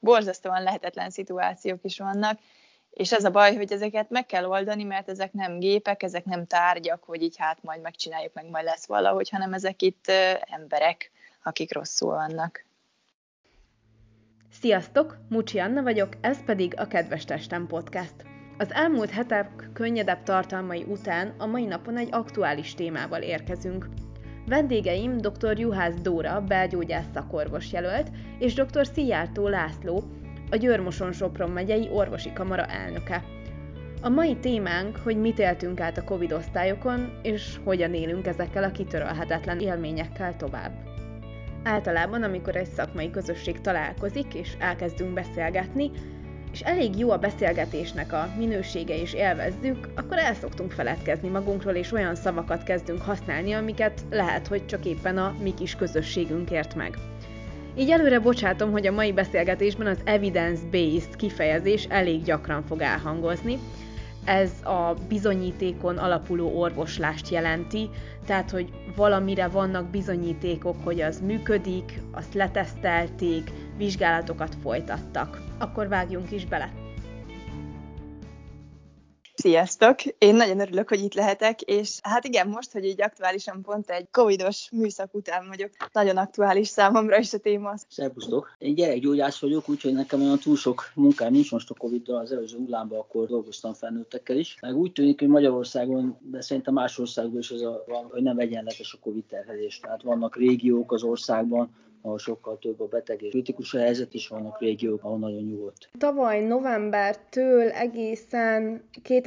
borzasztóan lehetetlen szituációk is vannak, és az a baj, hogy ezeket meg kell oldani, mert ezek nem gépek, ezek nem tárgyak, hogy így hát majd megcsináljuk, meg majd lesz valahogy, hanem ezek itt emberek, akik rosszul vannak. Sziasztok, Mucsi Anna vagyok, ez pedig a Kedves Testem Podcast. Az elmúlt hetek könnyedebb tartalmai után a mai napon egy aktuális témával érkezünk. Vendégeim dr. Juhász Dóra, belgyógyász szakorvos jelölt, és dr. Szijjártó László, a Győr-Moson-Sopron megyei orvosi kamara elnöke. A mai témánk, hogy mit éltünk át a Covid osztályokon, és hogyan élünk ezekkel a kitörölhetetlen élményekkel tovább. Általában, amikor egy szakmai közösség találkozik, és elkezdünk beszélgetni, és elég jó a beszélgetésnek a minősége és élvezzük, akkor el szoktunk feledkezni magunkról, és olyan szavakat kezdünk használni, amiket lehet, hogy csak éppen a mi kis közösségünk ért meg. Így előre bocsátom, hogy a mai beszélgetésben az evidence-based kifejezés elég gyakran fog elhangozni. Ez a bizonyítékon alapuló orvoslást jelenti, tehát, hogy valamire vannak bizonyítékok, hogy az működik, azt letesztelték, vizsgálatokat folytattak. Akkor vágjunk is bele! Sziasztok! Én nagyon örülök, hogy itt lehetek, és hát igen, most, hogy így aktuálisan pont egy covidos műszak után vagyok, nagyon aktuális számomra is a téma. Szervusztok! Én gyerekgyógyász vagyok, úgyhogy nekem olyan túl sok munkám nincs most a Covid-dal, az előző hullámban akkor dolgoztam felnőttekkel is. Meg úgy tűnik, hogy Magyarországon, de szerintem más országban is van, hogy nem egyenletes a Covid terhelés. Tehát vannak régiók az országban, ahol sokkal több a beteg és kritikus a helyzet, is vannak régiók, ahol nagyon nyugodt. Tavaly novembertől egészen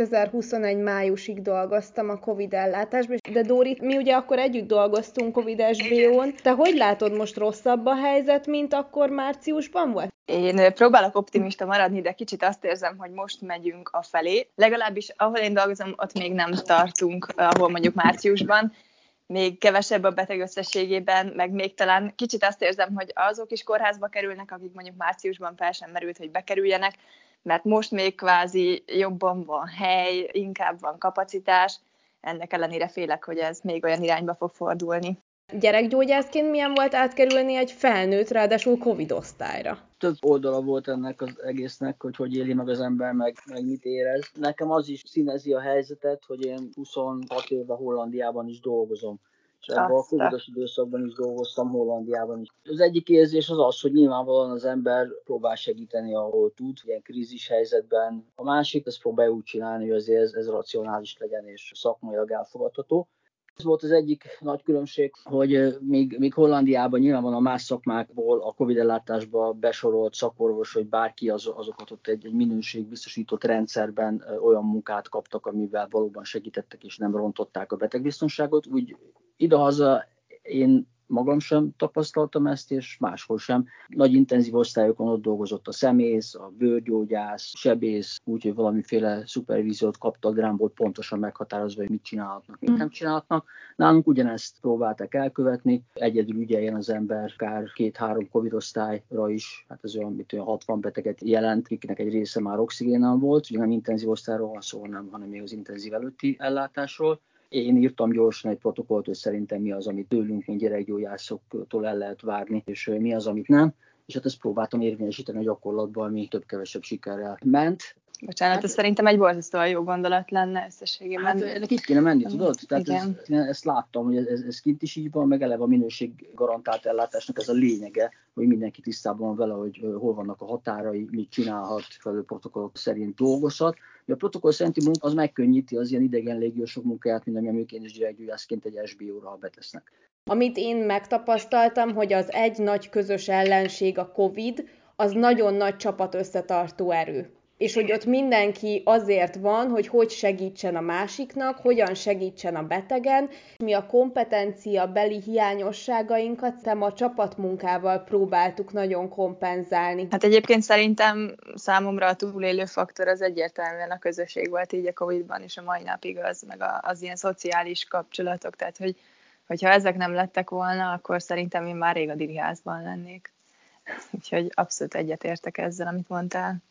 2021 májusig dolgoztam a Covid ellátásban, de Dóri, mi ugye akkor együtt dolgoztunk Covid SBO-n. Te hogy látod, most rosszabb a helyzet, mint akkor márciusban volt? Én próbálok optimista maradni, de kicsit azt érzem, hogy most megyünk afelé. Legalábbis ahol én dolgozom, ott még nem tartunk, ahol mondjuk márciusban. Még kevesebb a beteg összességében, meg még talán kicsit azt érzem, hogy azok is kórházba kerülnek, akik mondjuk márciusban fel sem merült, hogy bekerüljenek, mert most még kvázi jobban van hely, inkább van kapacitás, ennek ellenére félek, hogy ez még olyan irányba fog fordulni. Gyerekgyógyászként milyen volt átkerülni egy felnőtt, ráadásul Covid osztályra? Több oldala volt ennek az egésznek, hogy éli meg az ember, meg mit érez. Nekem az is színezi a helyzetet, hogy én 26 éve Hollandiában is dolgozom. És ebben a covidos időszakban is dolgoztam Hollandiában is. Az egyik érzés az, hogy nyilvánvalóan az ember próbál segíteni, ahol tud, ilyen krízis helyzetben. A másik, ezt próbálja úgy csinálni, hogy azért ez racionális legyen és szakmailag elfogadható. Ez volt az egyik nagy különbség, hogy még Hollandiában nyilván a más szakmákból a Covid ellátásba besorolt szakorvos, hogy bárki azokat ott egy minőségbiztosított rendszerben olyan munkát kaptak, amivel valóban segítettek és nem rontották a betegbiztonságot. Úgy idehaza én magam sem tapasztaltam ezt, és máshol sem. Nagy intenzív osztályokon ott dolgozott a szemész, a bőrgyógyász, sebész, úgyhogy valamiféle szupervíziót kaptak, de nem volt pontosan meghatározva, hogy mit csinálhatnak, mit nem csinálhatnak. Nálunk ugyanezt próbálták elkövetni, egyedül ügyeljen az ember, akár 2-3 Covid osztályra is, hát ez olyan 60 beteget jelent, akiknek egy része már oxigénen volt, ugye nem intenzív osztályról van szó, hanem még az intenzív előtti ellátásról. Én írtam gyorsan egy protokollt, hogy szerintem mi az, amit tőlünk, mint gyerekgyógyászoktól el lehet várni, és mi az, amit nem. És hát ezt próbáltam érvényesíteni a gyakorlatban, ami több-kevesebb sikerrel ment. Bocsánat, ez szerintem egy borzasztóan jó gondolat lenne összességében. Hát ennek itt kéne menni, tudod? Tehát ezt láttam, hogy ez kint is így van, meg eleve a minőség garantált ellátásnak ez a lényege, hogy mindenki tisztában van vele, hogy hol vannak a határai, mit csinálhat, felül protokollok szerint dolgozhat. A protokoll szerinti munka az megkönnyíti az ilyen idegen légiósok munkáját, mint ami én is gyerekgyógyászként egy SBO-ra betesznek. Amit én megtapasztaltam, hogy az egy nagy közös ellenség a Covid, az nagyon nagy csapat összetartó erő. És hogy ott mindenki azért van, hogy segítsen a másiknak, hogyan segítsen a betegen. Mi a kompetencia beli hiányosságainkat a csapatmunkával próbáltuk nagyon kompenzálni. Hát egyébként szerintem számomra a túlélő faktor az egyértelműen a közösség volt így a Covid-ban, és a mai napig az, meg az ilyen szociális kapcsolatok. Tehát, hogyha ezek nem lettek volna, akkor szerintem én már rég a diriházban lennék. Úgyhogy abszolút egyetértek ezzel, amit mondtál.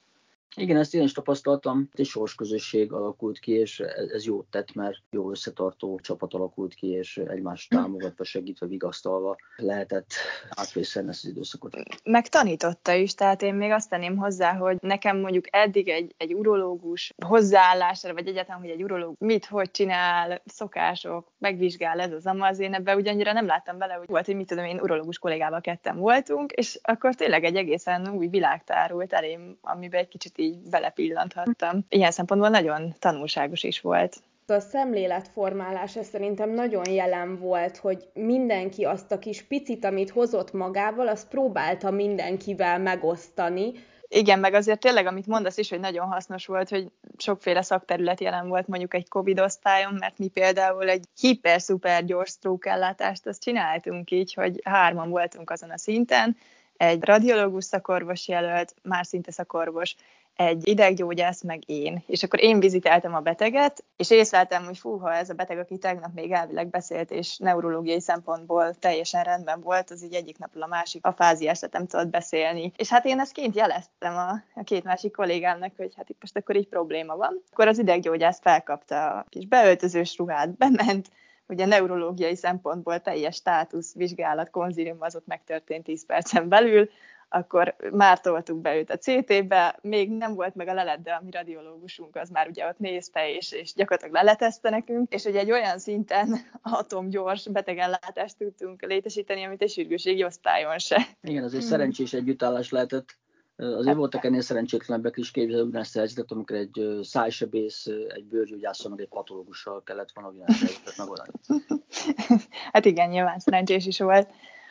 Igen, ezt én is tapasztaltam, egy sorsközösség alakult ki, és ez jót tett, mert jó összetartó csapat alakult ki, és egymást támogatva, segítve, vigasztalva lehetett átvészelni ezt az időszakot. Meg tanította is, tehát én még azt tenném hozzá, hogy nekem mondjuk eddig egy urológus hozzáállásra, vagy egyáltalán, hogy egy urológus hogy csinál, szokások, megvizsgál ez az amaz, én ebben ugyannyira nem láttam bele, hogy volt, hogy mit tudom én, urológus kollégával ketten voltunk, és akkor tényleg egy egészen új világ tárult elém, amiben egy kicsit így belepillanthattam. Ilyen szempontból nagyon tanulságos is volt. A szemléletformálás ez szerintem nagyon jelen volt, hogy mindenki azt a kis picit, amit hozott magával, azt próbálta mindenkivel megosztani. Igen, meg azért tényleg, amit mondasz is, hogy nagyon hasznos volt, hogy sokféle szakterület jelen volt mondjuk egy Covid osztályon, mert mi például egy hiper-szuper gyors stroke ellátást azt csináltunk így, hogy 3-an voltunk azon a szinten, egy radiológus szakorvos jelölt, más szinte szakorvos, egy ideggyógyász, meg én. És akkor én viziteltem a beteget, és észleltem, hogy fúha, ez a beteg, aki tegnap még elvileg beszélt, és neurológiai szempontból teljesen rendben volt, az így egyik napról a másik afáziásra nem tudott beszélni. És hát én ezt kint jeleztem a két másik kollégámnak, hogy hát itt most akkor így probléma van. Akkor az ideggyógyász felkapta a kis beöltözős ruhát, bement, ugye neurológiai szempontból teljes státusz, vizsgálat, konzílium az ott megtörtént 10 percen belül, akkor már toltuk be őt a CT-be, még nem volt meg a lelet, de a mi radiológusunk az már ugye ott nézte, és gyakorlatilag leletezte nekünk, és ugye egy olyan szinten atomgyors betegellátást tudtunk létesíteni, amit egy sürgősségi osztályon se. Igen, azért szerencsés együttállás lehetett. Azért voltak ennél szerencsétlenebbek is, képzelni ugyanezt a helyzetet, amikor egy szájsebész, egy bőrgyógyásszal, meg egy patológussal kellett volna ugyanezt a helyzetet megoldani. Hát igen, nyilván szerencsés is volt.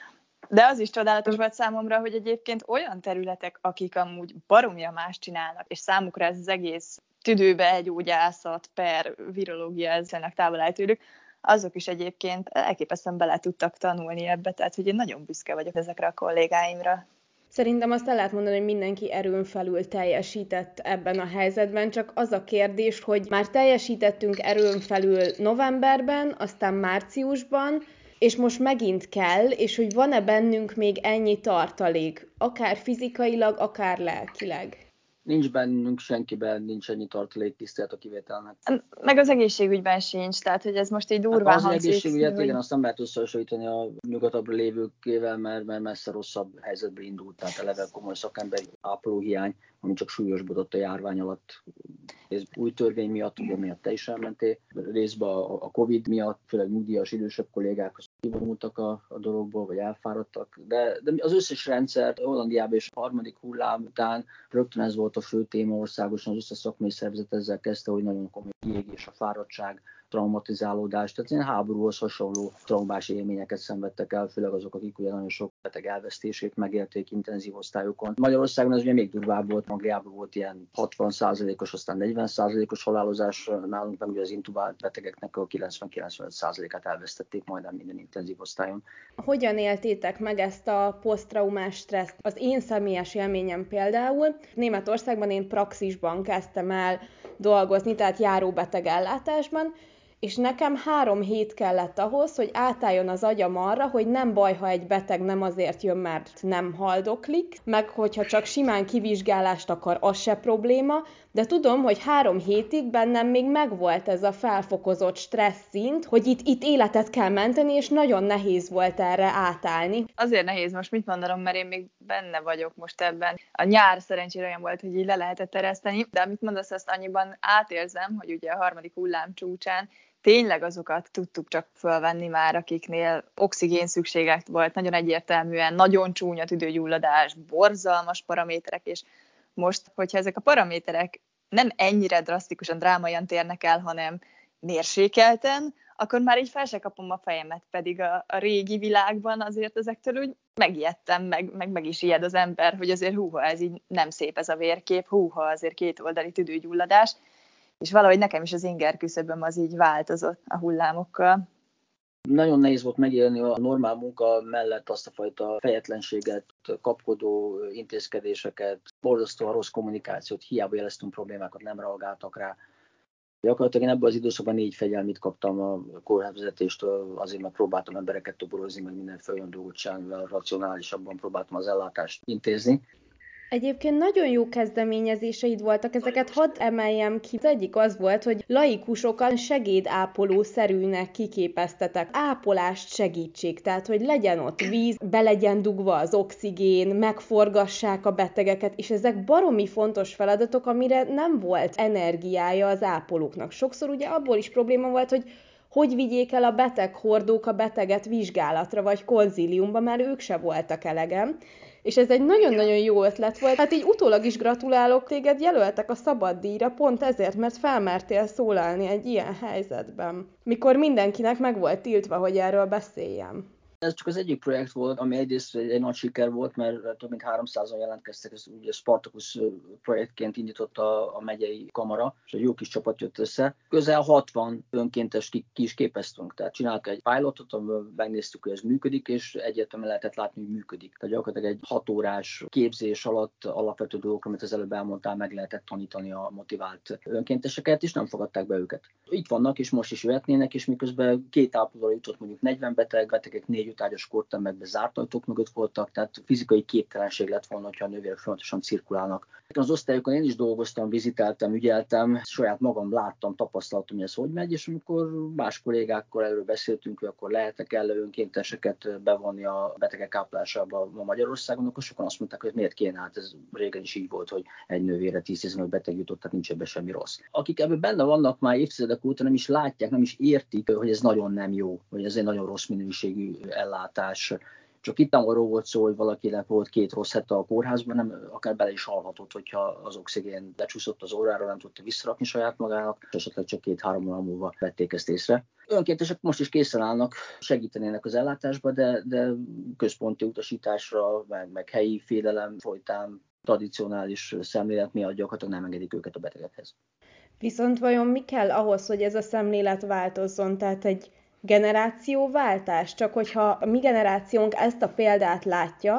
De az is csodálatos volt számomra, hogy egyébként olyan területek, akik amúgy baromira más csinálnak, és számukra ez az egész tüdőbegyógyászat per virológia ezzelnek távol áll tőlük, azok is egyébként elképesztően bele tudtak tanulni ebbe, tehát hogy én nagyon büszke vagyok ezekre a kollégáimra. Szerintem azt el lehet mondani, hogy mindenki erőn felül teljesített ebben a helyzetben, csak az a kérdés, hogy már teljesítettünk erőn felül novemberben, aztán márciusban, és most megint kell, és hogy van-e bennünk még ennyi tartalék, akár fizikailag, akár lelkileg. Nincs bennünk senkiben, nincs ennyi tartalék, tisztelt a kivételnek. Meg az egészségügyben sincs, tehát hogy ez most így durván hangzik. Az egészségügyet, hogy... igen, azt nem lehet összehasonlítani a nyugatabbra lévőkével, mert messze rosszabb helyzetbe indult, tehát eleve komoly szakemberi ápolóhiány, ami csak súlyosbodott a járvány alatt. Ez új törvény miatt, ugye miatt te is elmentél, részben a Covid miatt, főleg nyugdíjas idősebb kollégák kivonultak a dologból, vagy elfáradtak, de az összes rendszer Hollandiában és a harmadik hullám után rögtön ez volt a fő téma országosan, az összes szakmai szervezet ezzel kezdte, hogy nagyon komoly kiégés, a fáradtság, traumatizálódás, tehát ilyen háborúhoz hasonló traumás élményeket szenvedtek el, főleg azok, akik ugye nagyon sok beteg elvesztését megélték intenzív osztályokon. Magyarországon ez ugye még durvább volt, Angliában volt ilyen 60%-os, aztán 40%-os halálozás, nálunk meg ugye az intubált betegeknek a 90-95%-át elvesztették majdnem minden intenzív osztályon. Hogyan éltétek meg ezt a posztraumás stresszt? Az én személyes élményem például, Németországban én praxisban kezdtem el dolgozni, tehát járóbetegellátásban, és nekem 3 hét kellett ahhoz, hogy átálljon az agyam arra, hogy nem baj, ha egy beteg nem azért jön, mert nem haldoklik, meg hogyha csak simán kivizsgálást akar, az se probléma, de tudom, hogy 3 hétig bennem még megvolt ez a felfokozott stressz szint, hogy itt életet kell menteni, és nagyon nehéz volt erre átállni. Azért nehéz most mit mondanom, mert én még benne vagyok most ebben. A nyár szerencsére olyan volt, hogy így le lehetett ereszteni, de amit mondasz, azt annyiban átérzem, hogy ugye a harmadik hullám csúcsán tényleg azokat tudtuk csak fölvenni már, akiknél oxigén szükségek volt, nagyon egyértelműen, nagyon csúnya tüdőgyulladás, borzalmas paraméterek, és most, hogyha ezek a paraméterek nem ennyire drasztikusan, drámaian térnek el, hanem mérsékelten, akkor már így fel se kapom a fejemet, pedig a régi világban azért ezektől úgy megijedtem, meg is ijed az ember, hogy azért húha, ez így nem szép ez a vérkép, húha, azért kétoldali tüdőgyulladás, és valahogy nekem is az inger küszöböm az így változott a hullámokkal. Nagyon nehéz volt megélni a normál munka mellett azt a fajta fejetlenséget, kapkodó intézkedéseket, borzasztóan rossz kommunikációt, hiába jeleztünk problémákat, nem reagáltak rá. Gyakorlatilag én ebből az időszakban 4 fegyelmit kaptam a kórházvezetéstől, azért mert próbáltam embereket toborozni, meg minden följön dolgot csinálni, mivel racionálisabban próbáltam az ellátást intézni. Egyébként nagyon jó kezdeményezéseid voltak, ezeket hadd emeljem ki. Az egyik az volt, hogy laikusokat segédápolószerűnek kiképeztetek. Ápolást segítség, tehát hogy legyen ott víz, be legyen dugva az oxigén, megforgassák a betegeket, és ezek baromi fontos feladatok, amire nem volt energiája az ápolóknak. Sokszor ugye abból is probléma volt, hogy vigyék el a beteghordók a beteget vizsgálatra, vagy konzíliumba, mert ők se voltak elegem. És ez egy nagyon-nagyon jó ötlet volt. Hát így utólag is gratulálok, téged jelöltek a szabaddíjra, pont ezért, mert felmertél szólalni egy ilyen helyzetben, mikor mindenkinek meg volt tiltva, hogy erről beszéljem. Ez csak az egyik projekt volt, ami egyrészt egy nagy siker volt, mert több mint 300-an jelentkeztek, ez ugye Spartacus projektként indította a megyei kamara, és egy jó kis csapat jött össze. Közel 60 önkéntes ki is képeztünk, tehát csináltuk egy pilotot, amiben megnéztük, hogy ez működik, és egyértelműen lehetett látni, hogy működik. Tehát gyakorlatilag egy 6 órás képzés alatt alapvető dolgok, amit az előbb elmondtál, meg lehetett tanítani a motivált önkénteseket, és nem fogadták be őket. Itt vannak, és most is jöhetnének, és miközben 2 ápolóra jutott mondjuk 40 betegek 4 ágyas kortermekben zárt ajtók mögött voltak, tehát fizikai képtelenség lett volna, hogyha a nővérek folyamatosan cirkulálnak. Az osztályokon én is dolgoztam, viziteltem, ügyeltem, saját magam láttam, tapasztaltam, hogy ez hogy megy, és amikor más kollégákkal erről beszéltünk, hogy akkor kell önkénteseket bevonni a betegek ápolásába Magyarországon, akkor sokan azt mondták, hogy miért kéne, hát ez régen is így volt, hogy egy nővérre 10-15 beteg jutott, tehát nincs ebben semmi rossz. Akik ebben benne vannak már évtizedek óta, nem is látják, nem is értik, hogy ez nagyon nem jó, hogy ez egy nagyon rossz minőségű ellátás. Csak itt nem arról volt szó, hogy valakinek volt 2 rossz hete a kórházban, nem akár bele is halhatott, hogyha az oxigén lecsúszott az óráról, nem tudta visszarakni saját magának, és esetleg csak 2-3 óra múlva vették ezt észre. Önkéntesek most is készen állnak, segítenének az ellátásba, de központi utasításra, meg helyi félelem folytán, tradicionális szemlélet miatt gyakorlatilag nem engedik őket a betegekhez. Viszont vajon mi kell ahhoz, hogy ez a szemlélet változzon? Tehát egy generációváltás? Csak hogyha a mi generációnk ezt a példát látja,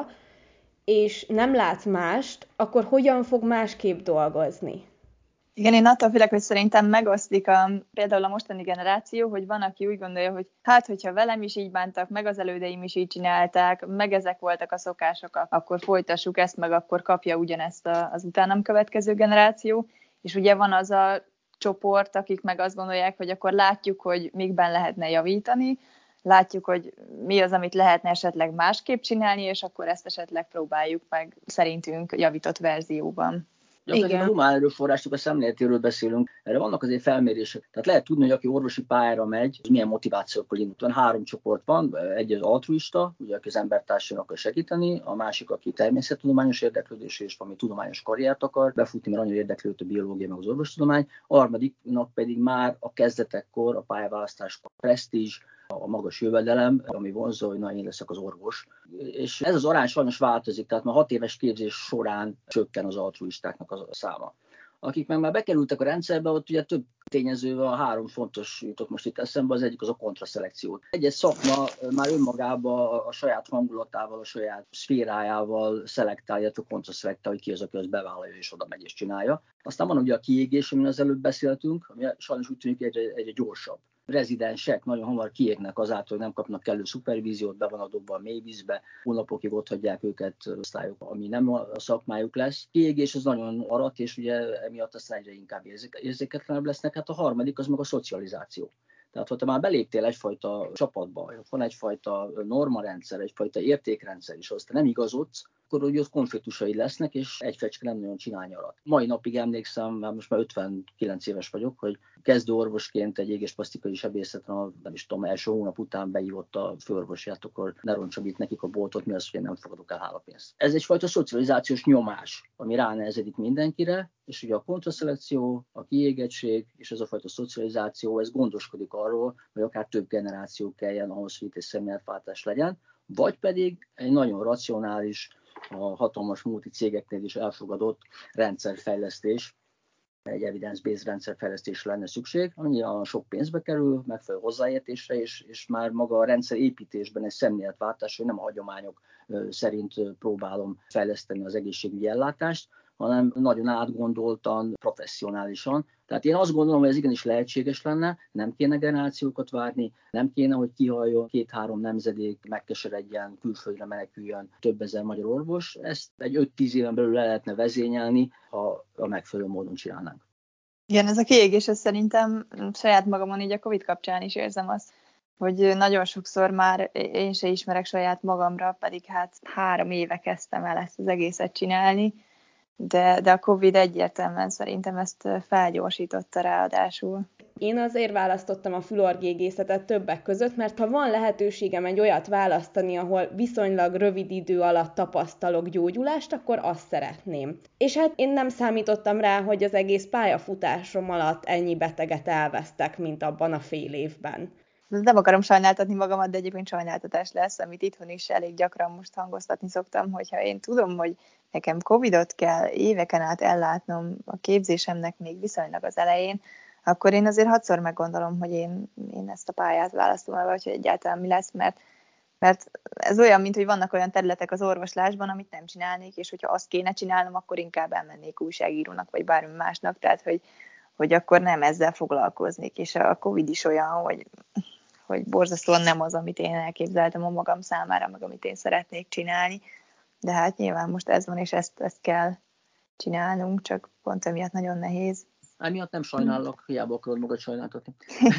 és nem lát mást, akkor hogyan fog másképp dolgozni? Igen, én attól félek, hogy szerintem megoszlik például a mostani generáció, hogy van, aki úgy gondolja, hogy hát, hogyha velem is így bántak, meg az elődeim is így csinálták, meg ezek voltak a szokások, akkor folytassuk ezt, meg akkor kapja ugyanezt az utánam következő generáció. És ugye van az a csoport, akik meg azt gondolják, hogy akkor látjuk, hogy mikben lehetne javítani, látjuk, hogy mi az, amit lehetne esetleg másképp csinálni, és akkor ezt esetleg próbáljuk meg szerintünk javított verzióban. Gyakorlatilag a humán erőforrások a szemléletéről beszélünk, erre vannak azért felmérések. Tehát lehet tudni, hogy aki orvosi pályára megy, az milyen motivációkkal indult. Van 3 csoport van, egy az altruista, ugye aki az embertársának akar segíteni, a másik, aki természettudományos érdeklődésű és valami tudományos karriert akar befutni, mert annyira érdeklődött a biológia meg az orvostudomány, a harmadiknak pedig már a kezdetekkor, a pályaválasztáskor presztízs, a magas jövedelem, ami vonzó, hogy na, én leszek az orvos. És ez az arány sajnos változik, tehát már 6 éves képzés során csökken az altruistáknak a száma. Akik meg már bekerültek a rendszerbe, ott ugye több tényezővel 3 fontos jutott most itt eszembe, az egyik az a kontraszelekció. Egy szakma már önmagában a saját hangulatával, a saját szférájával szelektál, illetve kontraszelektál, hogy ki az, aki azt bevállalja és oda megy és csinálja. Aztán van ugye a kiégés, amin az előbb beszéltünk, ami sajnos úgy tűnik egyre gyorsabb. Rezidensek nagyon hamar kiégnek azáltal, hogy nem kapnak kellő szupervíziót, be van adóba a mélyvízbe, hónapokig ott hagyják őket osztályok, ami nem a szakmájuk lesz. Kiégés az nagyon arat, és ugye emiatt aztán egyre inkább érzéketlenebb lesznek. Hát a harmadik az meg a szocializáció. Tehát, hogyha már beléptél egyfajta csapatba, van egyfajta normarendszer, egyfajta értékrendszer, és azt nem igazodsz, akkor ugye ott konfliktusai lesznek, és egy fecske nem nagyon csinál nyarat. Mai napig emlékszem, mert most már 59 éves vagyok, hogy kezdő orvosként egy égésplasztikai sebészetre, nem is tudom, első hónap után beívott a főorvosját, akkor ne roncsom itt nekik a boltot, mi az, hogy én nem fogadok el hálapénzt. Ez egyfajta szocializációs nyomás, ami ránehezedik mindenkire, és ugye a kontraszelekció, a kiégettség és ez a fajta szocializáció, ez gondoskodik arról, hogy akár több generáció kelljen ahhoz, hogy itt egy szemléletváltás legyen, vagy pedig egy nagyon racionális, a hatalmas multicégeknél is elfogadott rendszerfejlesztés, egy evidence-based rendszerfejlesztésre lenne szükség, ami a sok pénzbe kerül, megfelelő hozzáértésre, és már maga a rendszer építésben egy szemléletváltás, hogy nem a hagyományok szerint próbálom fejleszteni az egészségügyi ellátást, hanem nagyon átgondoltan, professzionálisan. Tehát én azt gondolom, hogy ez igenis lehetséges lenne, nem kéne generációkat várni, nem kéne, hogy kihalljon 2-3 nemzedék, megkeseredjen, külföldre meneküljön több ezer magyar orvos. Ezt egy 5-10 éven belül le lehetne vezényelni, ha a megfelelő módon csinálnánk. Igen, ez a kiégés, ez szerintem saját magamon így a Covid kapcsán is érzem azt, hogy nagyon sokszor már én se ismerek saját magamra, pedig hát 3 éve kezdtem el ezt az egészet csinálni, de a Covid egyértelműen szerintem ezt felgyorsította ráadásul. Én azért választottam a fülorgégészetet többek között, mert ha van lehetőségem egy olyat választani, ahol viszonylag rövid idő alatt tapasztalok gyógyulást, akkor azt szeretném. És hát én nem számítottam rá, hogy az egész pályafutásom alatt ennyi beteget elvesztek, mint abban a fél évben. Nem akarom sajnáltatni magamat, de egyébként sajnáltatás lesz, amit itthon is elég gyakran most hangoztatni szoktam, hogyha én tudom, hogy nekem Covidot kell éveken át ellátnom a képzésemnek még viszonylag az elején, akkor én azért 6-szor meggondolom, hogy én ezt a pályát választom el, vagy hogy egyáltalán mi lesz, mert ez olyan, mint hogy vannak olyan területek az orvoslásban, amit nem csinálnék, és hogyha azt kéne csinálnom, akkor inkább elmennék újságírónak, vagy bármi másnak, tehát hogy akkor nem ezzel foglalkoznék, és a Covid is olyan, hogy borzasztóan nem az, amit én elképzeltem a magam számára, meg amit én szeretnék csinálni, de hát nyilván most ez van, és ezt kell csinálnunk, csak pont emiatt nagyon nehéz. Emiatt nem sajnállak, hiába akarod magad sajnáltatni.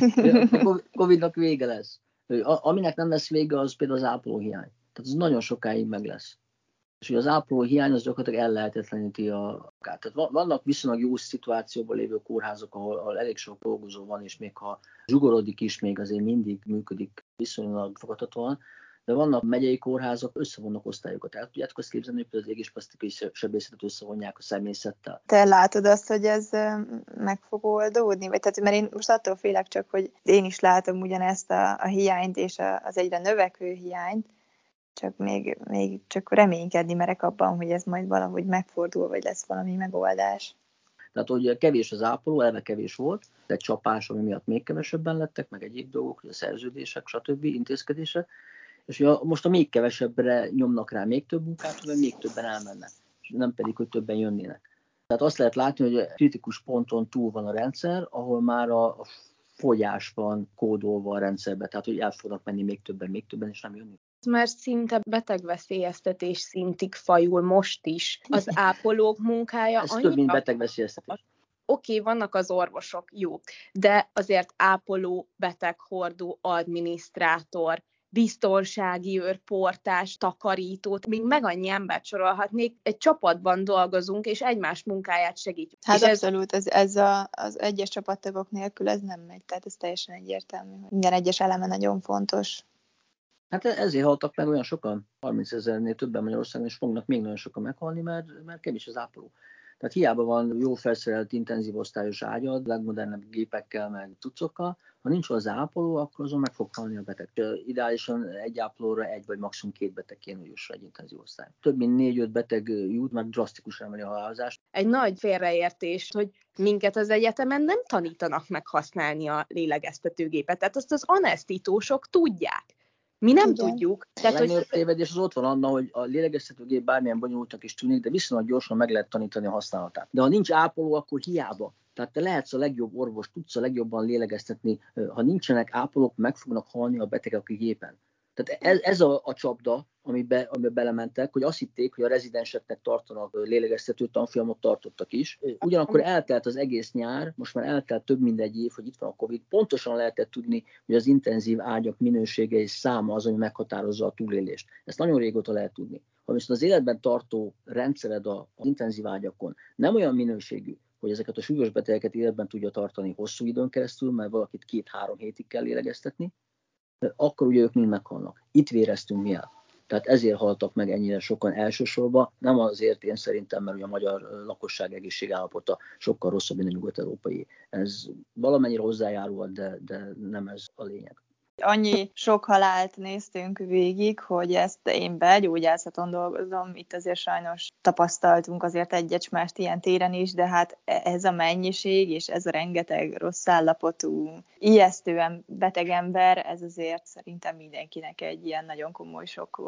A Covid-nak vége lesz. Aminek nem lesz vége, az például az ápolóhiány. Tehát az nagyon sokáig meg lesz. És az ápolóhiány az gyakorlatilag ellehetetleníti a munkát. Tehát vannak viszonylag jó szituációban lévő kórházak, ahol elég sok dolgozó van, és még ha zsugorodik is, még azért mindig működik viszonylag fogadhatóan. De vannak megyei kórházak, összevonnak osztályokat. El tudjátok azt képzelni, hogy az égésplasztikai sebészetet összevonják a személyzettel? Te látod azt, hogy ez meg fog oldódni? Vagy tehát, mert én most attól félek csak, hogy én is látom ugyanezt a hiányt, és az egyre növekvő hiányt, csak még csak reménykedni merek abban, hogy ez majd valahogy megfordul, vagy lesz valami megoldás. Tehát, hogy kevés az ápoló, eleve kevés volt, de egy csapás, ami miatt még kevesebben lettek, meg egyéb dolgok, a szerződések, stb. Intézkedések, és most a még kevesebbre nyomnak rá még több munkát, hogy még többen elmennek, és nem pedig, hogy többen jönnének. Tehát azt lehet látni, hogy a kritikus ponton túl van a rendszer, ahol már a fogyás van kódolva a rendszerbe, tehát hogy el fognak menni még többen, és nem jönni. Már szinte betegveszélyeztetés szintig fajul most is. Az ápolók munkája ez több, mint betegveszélyeztetés. Oké, vannak az orvosok, jó, de azért ápoló, beteghordó, adminisztrátor, biztonsági őr, portás, takarítót, még meg annyi embert sorolhatnék, egy csapatban dolgozunk, és egymás munkáját segítjük. Hát és abszolút, ez az egyes csapattagok nélkül ez nem megy, tehát ez teljesen egyértelmű, hogy minden egyes eleme nagyon fontos. Hát ezért haltak meg olyan sokan, 30 000-nél többen Magyarországon, és fognak még nagyon sokan meghalni, mert kevés az ápoló. Tehát hiába van jó felszerelt intenzív osztályos ágyad, legmodernebb gépekkel, meg cuccokkal, ha nincs hozzá ápoló, akkor azon meg fog halni a beteg. Ideálisan egy ápolóra 1 vagy maximum 2 beteg kéne jusson egy intenzív osztály. Több mint 4-5 beteg jut, meg drasztikusan emeli a halálozást. Egy nagy félreértés, hogy minket az egyetemen nem tanítanak meg használni a lélegeztetőgépet. Tehát azt az anesztítósok tudják. Mi nem tudjuk. Tehát, a legnagyobb tévedés az ott van, Anna, hogy a lélegeztetőgép bármilyen bonyolultnak is tűnik, de viszonylag gyorsan meg lehet tanítani a használatát. De ha nincs ápoló, akkor hiába. Tehát te lehetsz a legjobb orvos, tudsz a legjobban lélegeztetni. Ha nincsenek ápolók, meg fognak halni a betegek a gépen. Tehát ez a csapda, amiben belementek, hogy azt hitték, hogy a rezidenseknek tartanak lélegeztető tanfolyamot, tartottak is. Ugyanakkor eltelt az egész nyár, most már eltelt több mint 1 év, hogy itt van a Covid. Pontosan lehetett tudni, hogy az intenzív ágyak minősége és száma az, ami meghatározza a túlélést. Ezt nagyon régóta lehet tudni. Ha viszont az életben tartó rendszered az intenzív ágyakon nem olyan minőségű, hogy ezeket a súlyos betegeket életben tudja tartani hosszú időn keresztül, mert valakit 2-3 hétig kell lélegeztetni, akkor ugye ők mind meghalnak. Itt véreztünk mi el. Tehát ezért haltak meg ennyire sokan elsősorban, nem azért én szerintem, mert ugye a magyar lakosság egészségállapota sokkal rosszabb, mint a nyugat-európai. Ez valamennyire hozzájárul, de nem ez a lényeg. Annyi sok halált néztünk végig, hogy ezt én belgyógyászaton dolgozom, itt azért sajnos tapasztaltunk azért egyet-mást ilyen téren is, de hát ez a mennyiség és ez a rengeteg rossz állapotú, ijesztően beteg ember, ez azért szerintem mindenkinek egy ilyen nagyon komoly sok volt.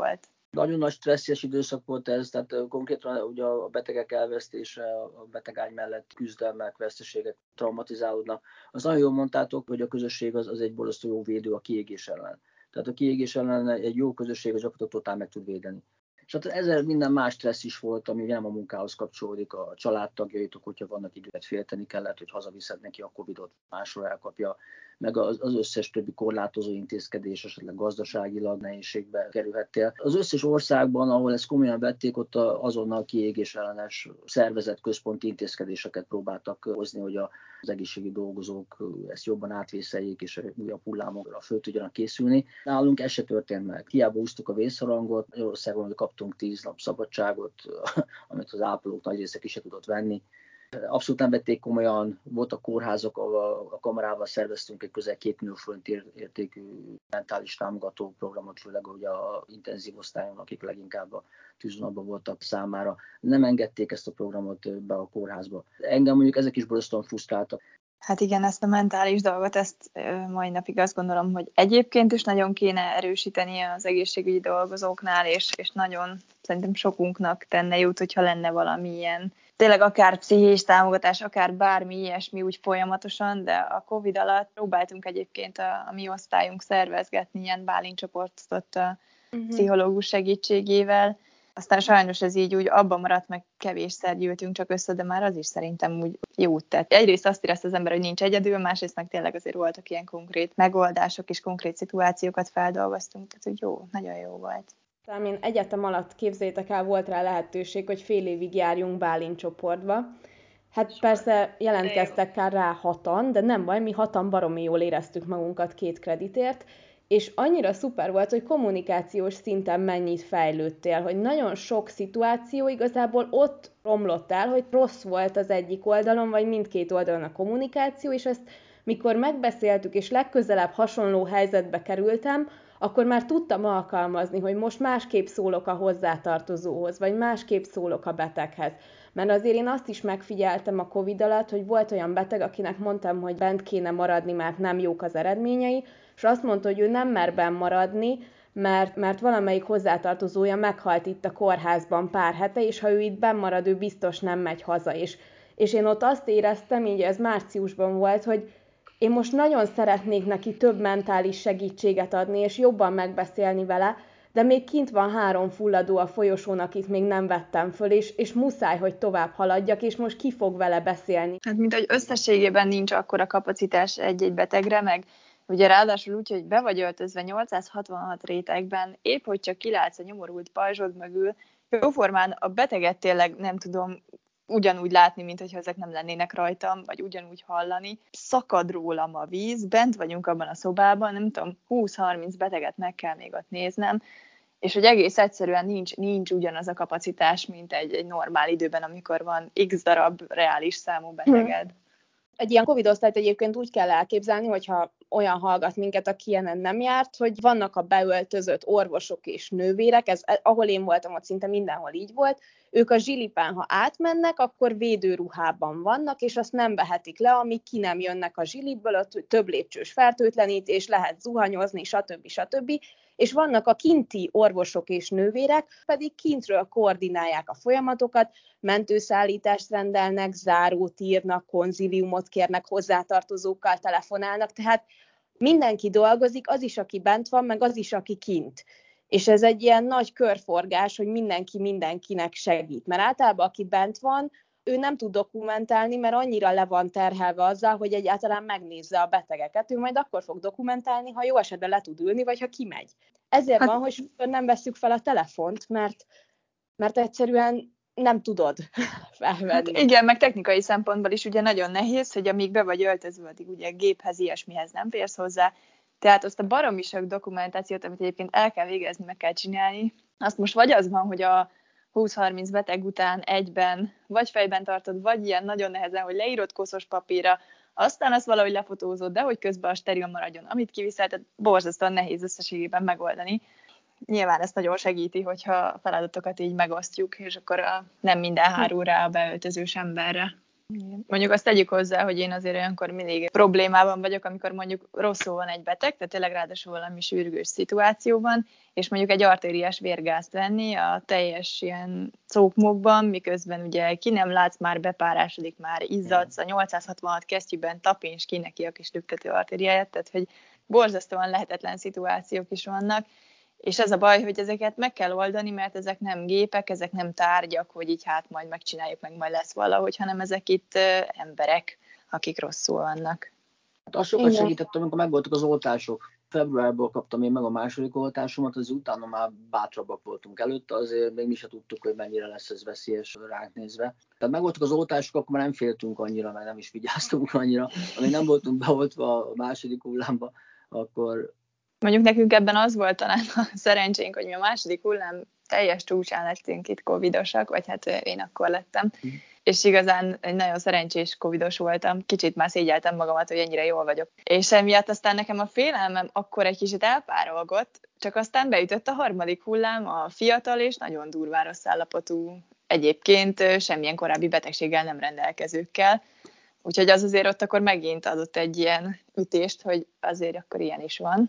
Nagyon nagy stresszes időszak volt ez, tehát konkrétan ugye a betegek elvesztése, a betegágy mellett küzdelmek, veszteségek, traumatizálódnak. Azt nagyon jól mondtátok, hogy a közösség az egy borzasztó jó védő a kiégés ellen. Tehát a kiégés ellen egy jó közösség az gyakorlatilag totál meg tud védeni. És hát ezzel minden más stressz is volt, ami nem a munkához kapcsolódik, a családtagjaitok, hogyha vannak időt félteni kellett, hogy hazaviszed neki a Covid-ot, másról elkapja, meg az összes többi korlátozó intézkedés, esetleg gazdaságilag nehézségbe kerülhettél. Az összes országban, ahol ezt komolyan vették, ott azonnal kiégés ellenes szervezett központi intézkedéseket próbáltak hozni, hogy az egészségügyi dolgozók ezt jobban átvészeljék, és újabb hullámokra föl tudjanak készülni. Nálunk ez se történt meg. Hiába úsztuk a vészharangot, Magyarországon kaptunk 10 nap szabadságot, amit az ápolók nagy része ki se tudott venni. Abszolút nem vették komolyan, voltak kórházak, ahol a kamarával szerveztünk egy közel 2 millió forint értékű mentális támogató programot, főleg ugye a intenzív osztályon, akik leginkább a tűzvonalban voltak számára. Nem engedték ezt a programot be a kórházba. Engem mondjuk ezek is borzasztóan frusztráltak. Hát igen, ezt a mentális dolgot, ezt mai napig azt gondolom, hogy egyébként is nagyon kéne erősíteni az egészségügyi dolgozóknál, és nagyon szerintem sokunknak tenne jót, hogyha lenne valamilyen, tényleg akár pszichés támogatás, akár bármi ilyesmi úgy folyamatosan, de a Covid alatt próbáltunk egyébként a mi osztályunk szervezgetni ilyen bálintcsoportot a pszichológus segítségével. Aztán sajnos ez így úgy abban maradt, meg kevésszer gyűltünk csak össze, de már az is szerintem úgy jót tett. Egyrészt azt érezte az ember, hogy nincs egyedül, másrészt meg tényleg azért voltak ilyen konkrét megoldások és konkrét szituációkat feldolgoztunk, tehát hogy jó, nagyon jó volt. Én egyetem alatt, képzeljétek el, volt rá lehetőség, hogy fél évig járjunk Bálint csoportba. Hát persze jelentkeztek rá 6-an, de nem baj, mi 6-an baromi jól éreztük magunkat 2 kreditért, és annyira szuper volt, hogy kommunikációs szinten mennyit fejlődtél, hogy nagyon sok szituáció igazából ott romlott el, hogy rossz volt az egyik oldalon, vagy mindkét oldalon a kommunikáció, és ezt mikor megbeszéltük, és legközelebb hasonló helyzetbe kerültem, akkor már tudtam alkalmazni, hogy most másképp szólok a hozzátartozóhoz, vagy másképp szólok a beteghez. Mert azért én azt is megfigyeltem a Covid alatt, hogy volt olyan beteg, akinek mondtam, hogy bent kéne maradni, mert nem jók az eredményei, és azt mondta, hogy ő nem mer benn maradni, mert valamelyik hozzátartozója meghalt itt a kórházban pár hete, és ha ő itt benn marad, ő biztos nem megy haza. És én ott azt éreztem, így ez márciusban volt, hogy én most nagyon szeretnék neki több mentális segítséget adni, és jobban megbeszélni vele, de még kint van 3 fulladó a folyosón, akit még nem vettem föl, és muszáj, hogy tovább haladjak, és most ki fog vele beszélni. Hát mint hogy összességében nincs akkora kapacitás egy-egy betegre, meg ugye ráadásul úgy, hogy be vagy öltözve 866 rétegben, épp hogy csak kilátsz a nyomorult pajzsod mögül, jóformán a beteget tényleg nem tudom ugyanúgy látni, mint hogyha ezek nem lennének rajtam, vagy ugyanúgy hallani. Szakad rólam a víz, bent vagyunk abban a szobában, nem tudom, 20-30 beteget meg kell még ott néznem, és hogy egész egyszerűen nincs ugyanaz a kapacitás, mint egy normál időben, amikor van x darab reális számú beteged. Egy ilyen Covid osztályt egyébként úgy kell elképzelni, hogyha olyan hallgat minket, aki ilyenen nem járt, hogy vannak a beöltözött orvosok és nővérek, ez, ahol én voltam, ott szinte mindenhol így volt, ők a zsilipán, ha átmennek, akkor védőruhában vannak, és azt nem vehetik le, amíg ki nem jönnek a zsilipből, ott több lépcsős fertőtlenítés, lehet zuhanyozni, stb. És vannak a kinti orvosok és nővérek, pedig kintről koordinálják a folyamatokat, mentőszállítást rendelnek, zárót írnak, konziliumot kérnek, hozzátartozókkal telefonálnak, tehát mindenki dolgozik, az is, aki bent van, meg az is, aki kint. És ez egy ilyen nagy körforgás, hogy mindenki mindenkinek segít. Mert általában, aki bent van, ő nem tud dokumentálni, mert annyira le van terhelve azzal, hogy egyáltalán megnézze a betegeket. Ő majd akkor fog dokumentálni, ha jó esetben le tud ülni, vagy ha kimegy. Ezért van, hogy nem vesszük fel a telefont, mert egyszerűen nem tudod felvenni. Hát igen, meg technikai szempontból is ugye nagyon nehéz, hogy amíg be vagy öltözve, addig ugye géphez, ilyesmihez nem férsz hozzá. Tehát azt a baromi sok dokumentációt, amit egyébként el kell végezni, meg kell csinálni, azt most vagy az van, hogy a 20-30 beteg után egyben, vagy fejben tartod, vagy ilyen nagyon nehezen, hogy leírod koszos papírra, aztán azt valahogy lefotózod, de hogy közben a steril maradjon, amit kiviszel, tehát borzasztóan nehéz összességében megoldani. Nyilván ezt nagyon segíti, hogyha a feladatokat így megosztjuk, és akkor nem minden hárul rá a beöltözős emberre. Mondjuk azt tegyük hozzá, hogy én azért olyankor mindig problémában vagyok, amikor mondjuk rosszul van egy beteg, tehát tényleg ráadásul valami sürgős szituációban, és mondjuk egy artériás vérgázt venni a teljes ilyen cókmokban, miközben ugye ki nem látsz, már bepárásodik, már izzadsz, a 866 kesztyűben tapints ki neki a kis lüktető artériáját, tehát hogy borzasztóan lehetetlen szituációk is vannak, és az a baj, hogy ezeket meg kell oldani, mert ezek nem gépek, ezek nem tárgyak, hogy így hát majd megcsináljuk, meg majd lesz valahogy, hanem ezek itt emberek, akik rosszul vannak. Hát az sokat segített, amikor megvoltak az oltások. Februárból kaptam én meg a második oltásomat, az utána már bátrabbak voltunk előtte, azért még mi se tudtuk, hogy mennyire lesz ez veszélyes ránk nézve. Tehát megvoltak az oltások, akkor már nem féltünk annyira, meg nem is vigyáztunk annyira. Amíg nem voltunk beoltva a második hullámba, akkor... Mondjuk nekünk ebben az volt talán a szerencsénk, hogy mi a második hullám teljes csúcsán lettünk itt covidosak, vagy hát én akkor lettem. És igazán egy nagyon szerencsés covidos voltam. Kicsit már szégyeltem magamat, hogy ennyire jól vagyok. És emiatt aztán nekem a félelmem akkor egy kicsit elpárolgott, csak aztán beütött a harmadik hullám, a fiatal és nagyon durván rossz állapotú, egyébként semmilyen korábbi betegséggel nem rendelkezőkkel. Úgyhogy az azért ott akkor megint adott egy ilyen ütést, hogy azért akkor ilyen is van.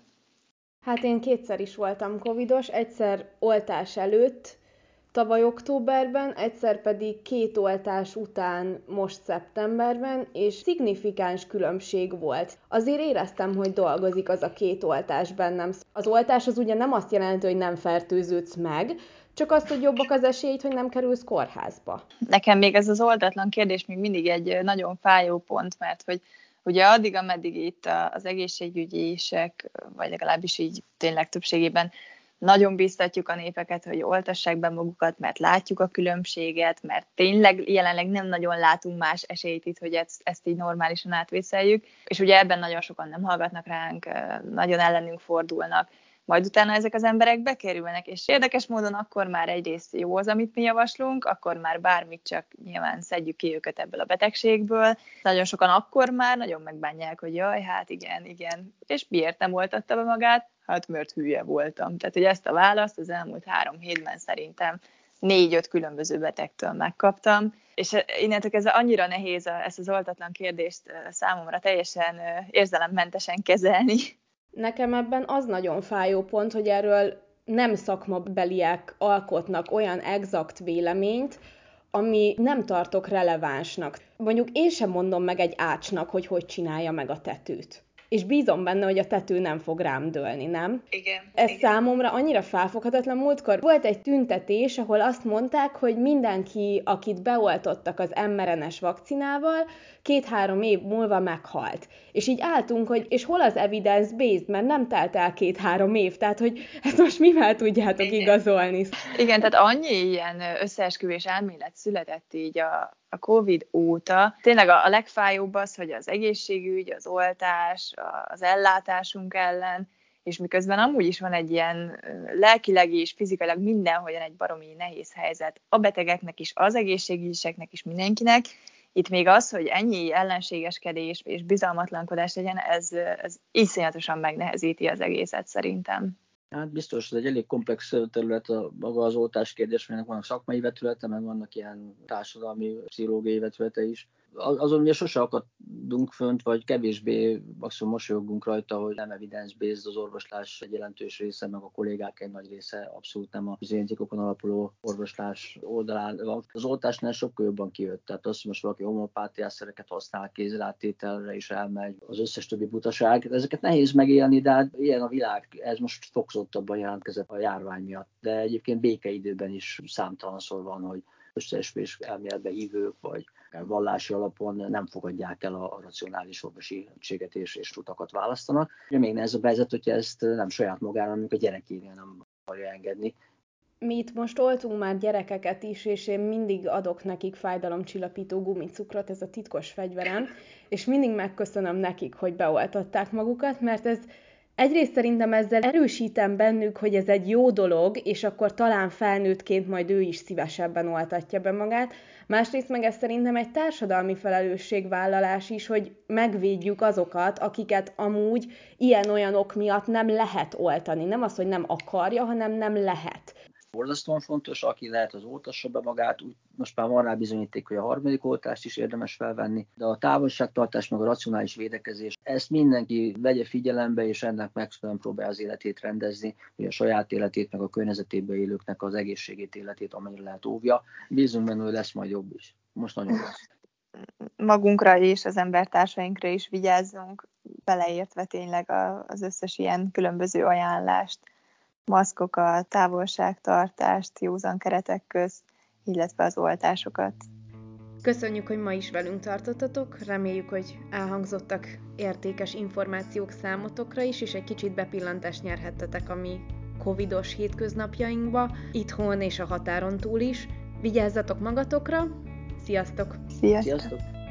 Hát én 2-szer is voltam covidos, egyszer oltás előtt, tavaly októberben, egyszer pedig 2 oltás után most szeptemberben, és szignifikáns különbség volt. Azért éreztem, hogy dolgozik az a 2 oltás bennem. Az oltás az ugye nem azt jelenti, hogy nem fertőződsz meg, csak azt, hogy jobbak az esélyt, hogy nem kerülsz kórházba. Nekem még ez az oldatlan kérdés még mindig egy nagyon fájó pont, mert hogy ugye addig, ameddig itt az egészségügyisek, vagy legalábbis így tényleg többségében nagyon biztatjuk a népeket, hogy oltassák be magukat, mert látjuk a különbséget, mert tényleg jelenleg nem nagyon látunk más esélyt itt, hogy ezt így normálisan átvészeljük, és ugye ebben nagyon sokan nem hallgatnak ránk, nagyon ellenünk fordulnak, majd utána ezek az emberek bekerülnek, és érdekes módon akkor már egyrészt jó az, amit mi javaslunk, akkor már bármit, csak nyilván szedjük ki őket ebből a betegségből. Nagyon sokan akkor már nagyon megbánják, hogy jaj, hát igen, és miért nem oltatta be magát? Hát mert hülye voltam. Tehát, hogy ezt a választ az elmúlt 3 hétben szerintem 4-5 különböző betegtől megkaptam, és innentől kezdve annyira nehéz ezt az oltatlan kérdést számomra teljesen érzelemmentesen kezelni. Nekem ebben az nagyon fájó pont, hogy erről nem szakmabeliek alkotnak olyan exakt véleményt, ami nem tartok relevánsnak. Mondjuk én sem mondom meg egy ácsnak, hogy csinálja meg a tetőt. És bízom benne, hogy a tető nem fog rám dőlni, nem? Igen. Ez számomra annyira felfoghatatlan. Múltkor volt egy tüntetés, ahol azt mondták, hogy mindenki, akit beoltottak az mRNA-s vakcinával, 2-3 év múlva meghalt. És így álltunk, hogy és hol az evidence-based, mert nem telt el 2-3 év, tehát hogy ezt most mivel tudjátok igazolni? Igen, tehát annyi ilyen összeesküvés elmélet született így a Covid óta. Tényleg a legfájóbb az, hogy az egészségügy, az oltás, az ellátásunk ellen, és miközben amúgy is van egy ilyen lelkileg és fizikailag mindenhogyan egy baromi nehéz helyzet a betegeknek is, az egészségügyiseknek is, mindenkinek. Itt még az, hogy ennyi ellenségeskedés és bizalmatlankodás legyen, ez iszonyatosan megnehezíti az egészet szerintem. Hát biztos, hogy egy elég komplex terület maga az oltás kérdés, mert vannak szakmai vetülete, meg vannak ilyen társadalmi, pszichológiai vetülete is. Azon ugye sose akadunk fönt, vagy kevésbé maximum mosolyogunk rajta, hogy nem evidence-based az orvoslás egy jelentős része, meg a kollégák egy nagy része abszolút nem a bizonyítékokon alapuló orvoslás oldalán van. Az oltásnál sokkal jobban kijött, tehát azt, hogy most valaki homopátiászereket használ, kézrátételre is elmegy, az összes többi butaság. Ezeket nehéz megélni, de hát ilyen a világ, ez most fokozottabban jelentkezett a járvány miatt. De egyébként békeidőben is számtalanszor van, hogy összeesküvés elméletbe hívők, vagy vallási alapon nem fogadják el a racionális orvosi egységet és utakat választanak. Még nehezebb helyzet, hogyha ezt nem saját magára, hanem a gyerekénél nem akarja engedni. Mi itt most oltunk már gyerekeket is, és én mindig adok nekik fájdalomcsillapító gumicukrot, ez a titkos fegyverem, és mindig megköszönöm nekik, hogy beoltatták magukat, mert ez egyrészt szerintem ezzel erősítem bennük, hogy ez egy jó dolog, és akkor talán felnőttként majd ő is szívesebben oltatja be magát. Másrészt meg ez szerintem egy társadalmi felelősségvállalás is, hogy megvédjük azokat, akiket amúgy ilyen-olyan ok miatt nem lehet oltani. Nem az, hogy nem akarja, hanem nem lehet. borzasztóan fontos, aki lehet, az oltassa be magát, most már van rá bizonyíték, hogy a harmadik oltást is érdemes felvenni, de a távolságtartás meg a racionális védekezés, ezt mindenki vegye figyelembe, és ennek megfelelően próbálja az életét rendezni, hogy a saját életét, meg a környezetében élőknek az egészségét, életét amennyire lehet óvja. Bízunk benne, hogy lesz majd jobb is. Most nagyon lesz. Magunkra és az embertársainkra is vigyázzunk, beleértve tényleg az összes ilyen különböző ajánlást, maszkokat, távolságtartást, józan keretek közt, illetve az oltásokat. Köszönjük, hogy ma is velünk tartottatok, reméljük, hogy elhangzottak értékes információk számotokra is, és egy kicsit bepillantást nyerhettetek a mi covidos hétköznapjainkba, itthon és a határon túl is. Vigyázzatok magatokra, sziasztok! Sziasztok!